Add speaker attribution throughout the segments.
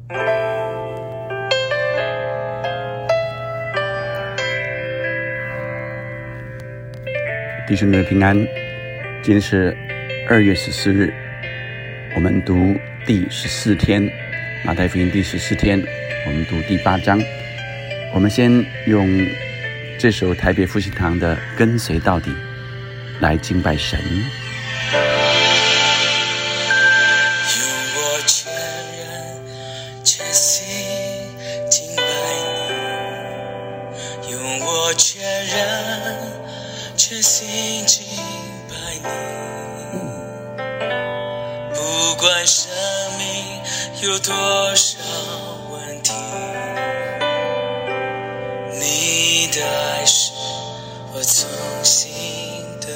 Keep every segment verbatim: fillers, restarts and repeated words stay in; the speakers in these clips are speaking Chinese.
Speaker 1: 弟兄们平安，今天是二月十四日，我们读第十四天，马太福音第十四天，我们读第八章。我们先用这首台北复兴堂的《跟随到底》来敬拜神。
Speaker 2: 全心敬拜你，不管生命有多少问题，你的爱是我从心的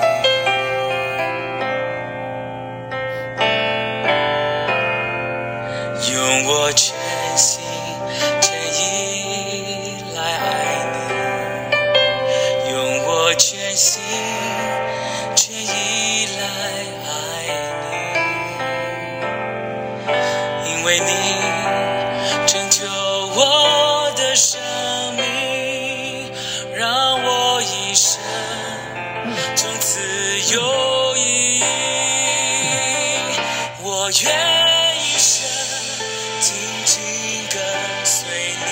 Speaker 2: 力，用我全心全意来爱你，用我全心全意来爱你，因为你拯救我的生命，让我一生从此有意义。我愿一生紧紧跟随你，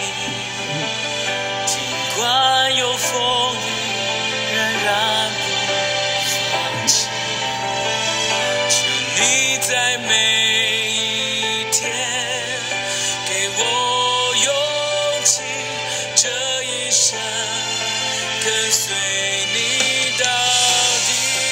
Speaker 2: 尽管有风雨仍然不放弃，求你在每一天给我勇气，这一生跟随你到底。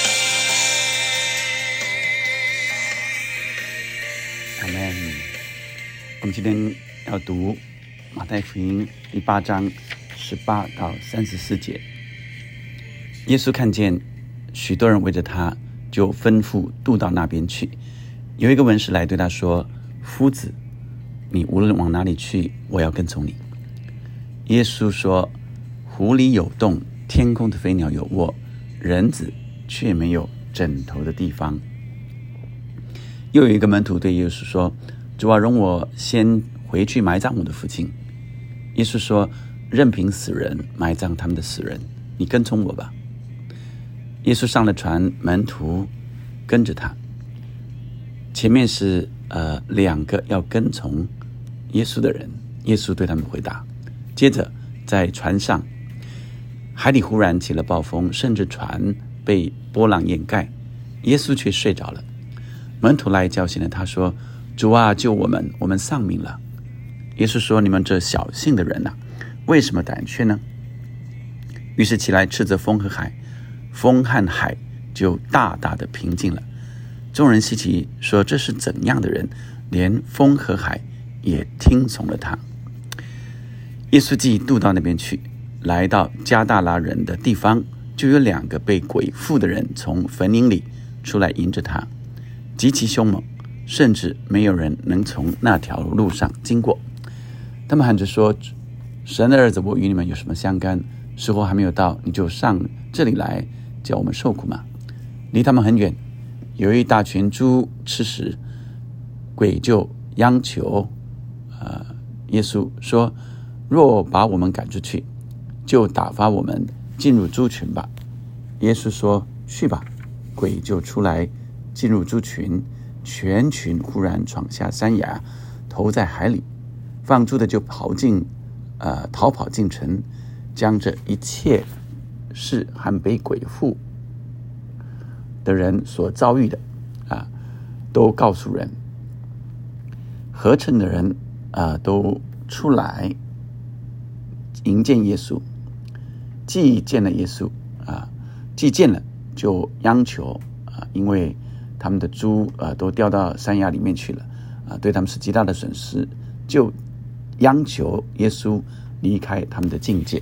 Speaker 1: 阿们。我们今天要读马太福音第八章十八到三十四节。耶稣看见许多人围着他，就吩咐渡到那边去。有一个文士来对他说：夫子，你无论往哪里去，我要跟从你。耶稣说：湖里有洞，天空的飞鸟有窝，人子却没有枕头的地方。又有一个门徒对耶稣说：主啊，容我先回去埋葬我的父亲。耶稣说：任凭死人埋葬他们的死人，你跟从我吧。耶稣上了船，门徒跟着他。前面是呃两个要跟从耶稣的人，耶稣对他们回答。接着在船上，海里忽然起了暴风，甚至船被波浪掩盖，耶稣却睡着了。门徒来叫醒了他，说：主啊，救我们，我们丧命了。耶稣说：你们这小信的人啊，为什么胆怯呢？于是起来斥责风和海，风和海就大大的平静了。众人稀奇，说：这是怎样的人，连风和海也听从了他。耶稣既渡到那边去，来到加大拉人的地方，就有两个被鬼附的人从坟茔里出来迎着他，极其凶猛，甚至没有人能从那条路上经过。他们喊着说：神的儿子，我与你们有什么相干？时候还没有到，你就上这里来叫我们受苦吗？离他们很远，有一大群猪吃食，鬼就央求呃，耶稣说：若把我们赶出去，就打发我们进入猪群吧。耶稣说：去吧。鬼就出来进入猪群，全群忽然闯下山崖，投在海里。放猪的就跑进呃，逃跑进城，将这一切事和被鬼附的人所遭遇的啊，都告诉人。合城的人啊，都出来迎见耶稣。既见了耶稣啊，既见了就央求啊，因为他们的猪啊都掉到山崖里面去了啊，对他们是极大的损失，就央求耶稣离开他们的境界。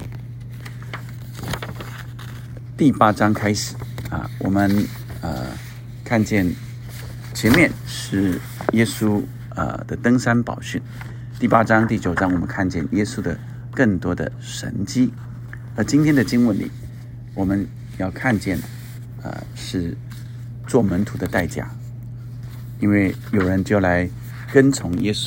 Speaker 1: 第八章开始啊，我们呃看见前面是耶稣呃的登山宝训。第八章、第九章我们看见耶稣的更多的神迹。而今天的经文里，我们要看见呃是做门徒的代价，因为有人就来跟从耶稣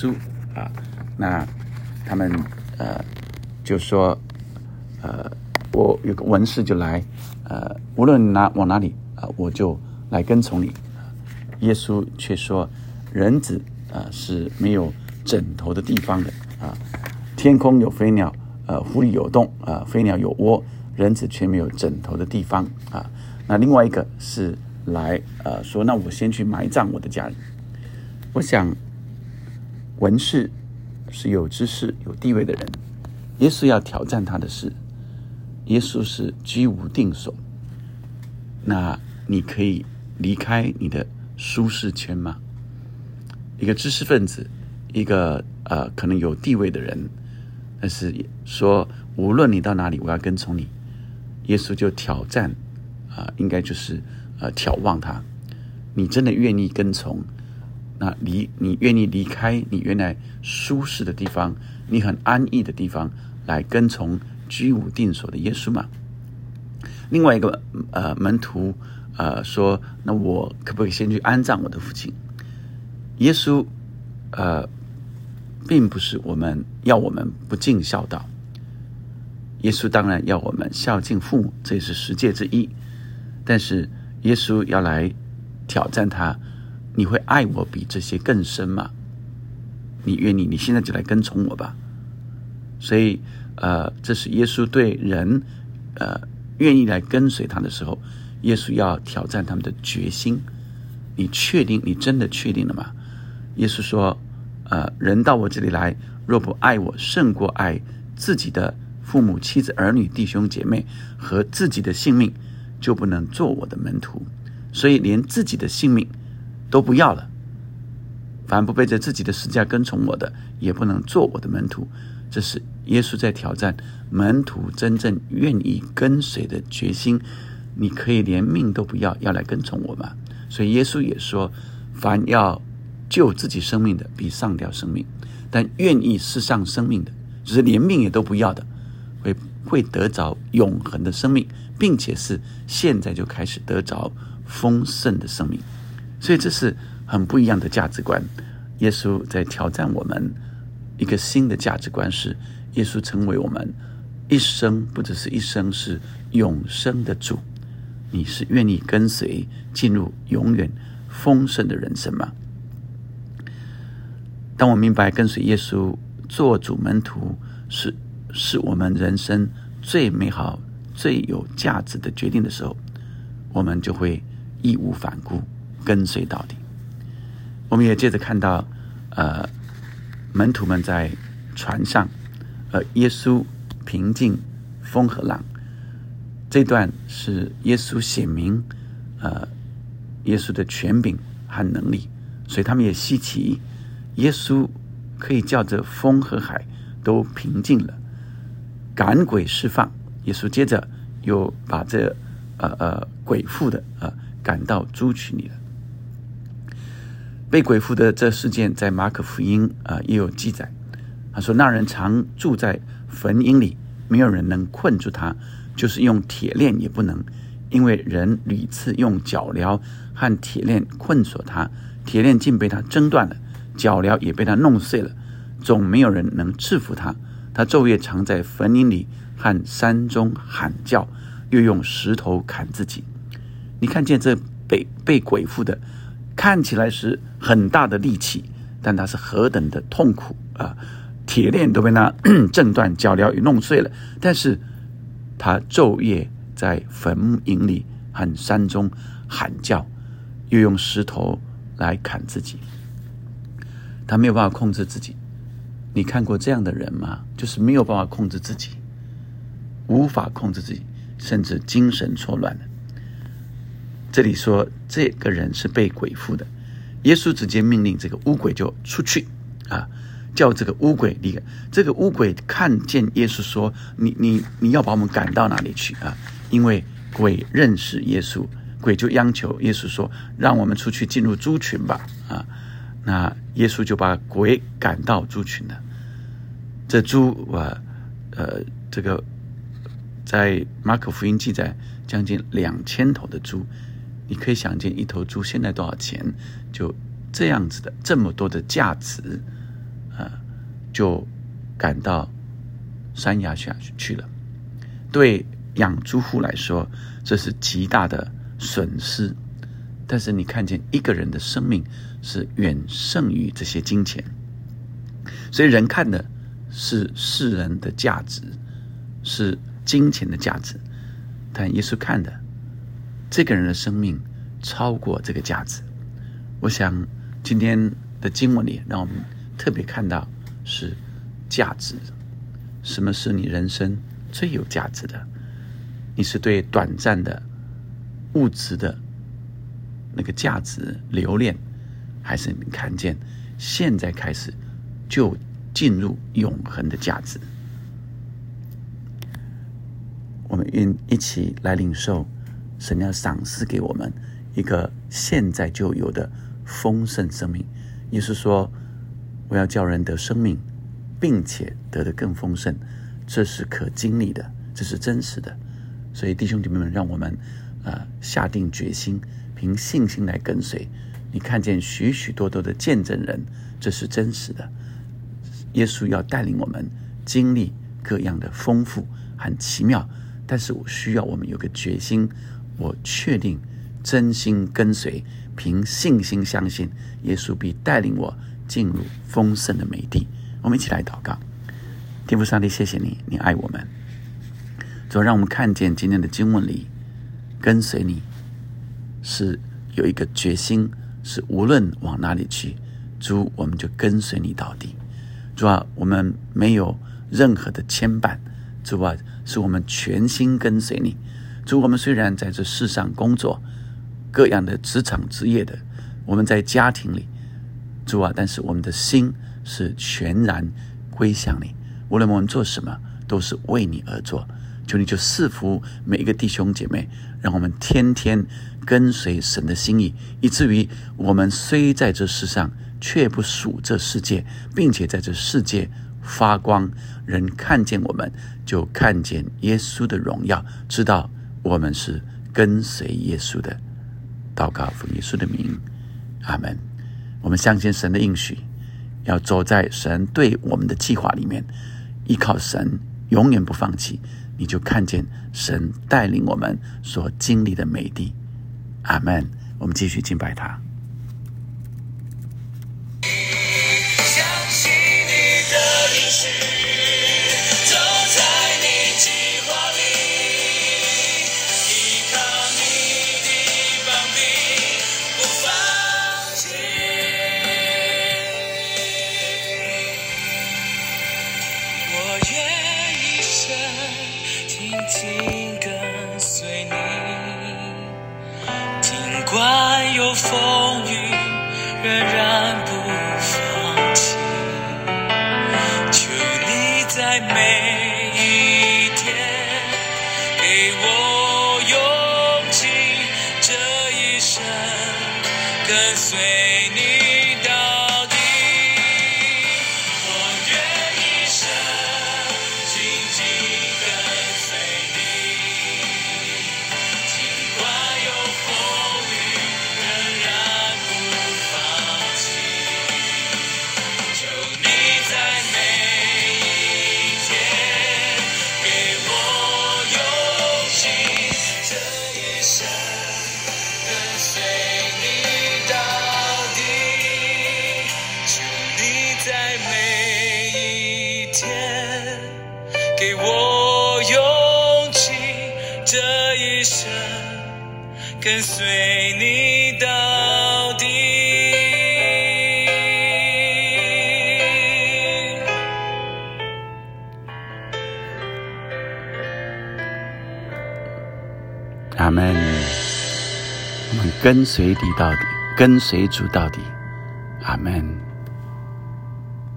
Speaker 1: 啊。那他们呃就说，呃，我有个文士就来，呃，无论你哪往哪里啊、呃，我就来跟从你。耶稣却说，人子啊、呃、是没有枕头的地方的啊，天空有飞鸟，呃，湖里有洞啊、呃，飞鸟有窝，人子却没有枕头的地方啊。那另外一个是来呃说，那我先去埋葬我的家人。我想，文士是有知识、有地位的人，耶稣要挑战他的是，耶稣是居无定所。那你可以离开你的舒适圈吗？一个知识分子，一个呃可能有地位的人，但是说无论你到哪里，我要跟从你。耶稣就挑战啊、呃，应该就是呃挑望他，你真的愿意跟从？那离你愿意离开你原来舒适的地方，你很安逸的地方，来跟从居无定所的耶稣吗？另外一个呃门徒呃说，那我可不可以先去安葬我的父亲？耶稣呃并不是我们要我们不尽孝道，耶稣当然要我们孝敬父母，这也是十诫之一。但是耶稣要来挑战他，你会爱我比这些更深吗？你愿意，你现在就来跟从我吧。所以呃，这是耶稣对人呃愿意来跟随他的时候，耶稣要挑战他们的决心。你确定？你真的确定了吗？耶稣说呃，人到我这里来，若不爱我胜过爱自己的父母、妻子、儿女、弟兄姐妹和自己的性命，就不能做我的门徒。所以连自己的性命都不要了，凡不背着自己的十字架跟从我的，也不能做我的门徒。这是耶稣在挑战门徒真正愿意跟随的决心。你可以连命都不要，要来跟从我吗？所以耶稣也说，凡要救自己生命的，必丧掉生命；但愿意世上生命的，就是连命也都不要的，会会得着永恒的生命，并且是现在就开始得着丰盛的生命。所以这是很不一样的价值观。耶稣在挑战我们一个新的价值观，是耶稣成为我们一生，不只是一生，是永生的主。你是愿意跟随进入永远丰盛的人生吗？当我明白跟随耶稣做主门徒是是我们人生最美好、最有价值的决定的时候，我们就会义无反顾跟随到底。我们也接着看到呃，门徒们在船上，呃，耶稣平静风和浪。这段是耶稣显明呃，耶稣的权柄和能力，所以他们也稀奇，耶稣可以叫这风和海都平静了，赶鬼释放。耶稣接着又把这呃呃鬼附的呃赶到猪群里了。被鬼附的这事件在马可福音呃也有记载。他说，那人常住在坟茔里，没有人能困住他，就是用铁链也不能，因为人屡次用脚镣和铁链困锁他，铁链竟被他挣断了，脚镣也被他弄碎了，总没有人能制服他。他昼夜常在坟茔里和山中喊叫，又用石头砍自己。你看见这被被鬼附的，看起来是很大的力气，但他是何等的痛苦啊！铁链都被他挣断，脚镣也弄碎了，但是他昼夜在坟茔里和山中喊叫，又用石头来砍自己。他没有办法控制自己。你看过这样的人吗？就是没有办法控制自己，无法控制自己，甚至精神错乱了。这里说这个人是被鬼附的，耶稣直接命令这个污鬼就出去啊，叫这个污鬼离开。这个污鬼看见耶稣说，你你你要把我们赶到哪里去啊？因为鬼认识耶稣，鬼就央求耶稣说，让我们出去进入猪群吧啊。那耶稣就把鬼赶到猪群了。这猪呃呃这个在马可福音记载将近两千头的猪，你可以想见一头猪现在多少钱，就这样子的这么多的价值啊、呃， 就赶到山崖下去了。对养猪户来说，这是极大的损失。但是你看见一个人的生命是远胜于这些金钱，所以人看的是世人的价值，是金钱的价值，但耶稣看的这个人的生命超过这个价值。我想今天的经文里让我们特别看到是价值。什么是你人生最有价值的？你是对短暂的物质的那个价值留恋，还是你看见现在开始就进入永恒的价值？我们一起来领受神要赏赐给我们一个现在就有的丰盛生命。耶稣说，我要叫人得生命，并且得得更丰盛，这是可经历的，这是真实的。所以弟兄姐妹们，让我们呃下定决心，凭信心来跟随。你看见许许多多的见证人，这是真实的。耶稣要带领我们经历各样的丰富和奇妙，但是我需要我们有个决心，我确定真心跟随，凭信心相信耶稣必带领我进入丰盛的美地。我们一起来祷告。天父上帝，谢谢你，你爱我们。主，让我们看见今天的经文里，跟随你是有一个决心，是无论往哪里去，主，我们就跟随你到底。主啊，我们没有任何的牵绊，主啊，是我们全心跟随你。主，我们虽然在这世上工作，各样的职场职业的，我们在家庭里，主啊，但是我们的心是全然归向你。无论我们做什么，都是为你而做。求你就赐福每一个弟兄姐妹，让我们天天跟随神的心意，以至于我们虽在这世上，却不属这世界，并且在这世界发光，人看见我们就看见耶稣的荣耀，知道我们是跟随耶稣的。祷告奉耶稣的名，阿们。我们相信神的应许，要走在神对我们的计划里面，依靠神永远不放弃，你就看见神带领我们所经历的美地。阿们。我们继续敬拜他。
Speaker 2: 相信你的应许，走在你计划里，依靠你的膀臂，不放弃。我愿一生紧紧跟随你，尽管有风雨，仍然不放弃。求你在每一天给我勇气，这一生跟随你到底。我愿一生紧紧跟随你，尽管有风雨，仍然不放弃。求你在每一天给我勇气，这一生跟随你到底。求你在每一天给我勇气，这一生跟随你到底。
Speaker 1: 阿们。我们跟随你到底，跟随主到底。阿们。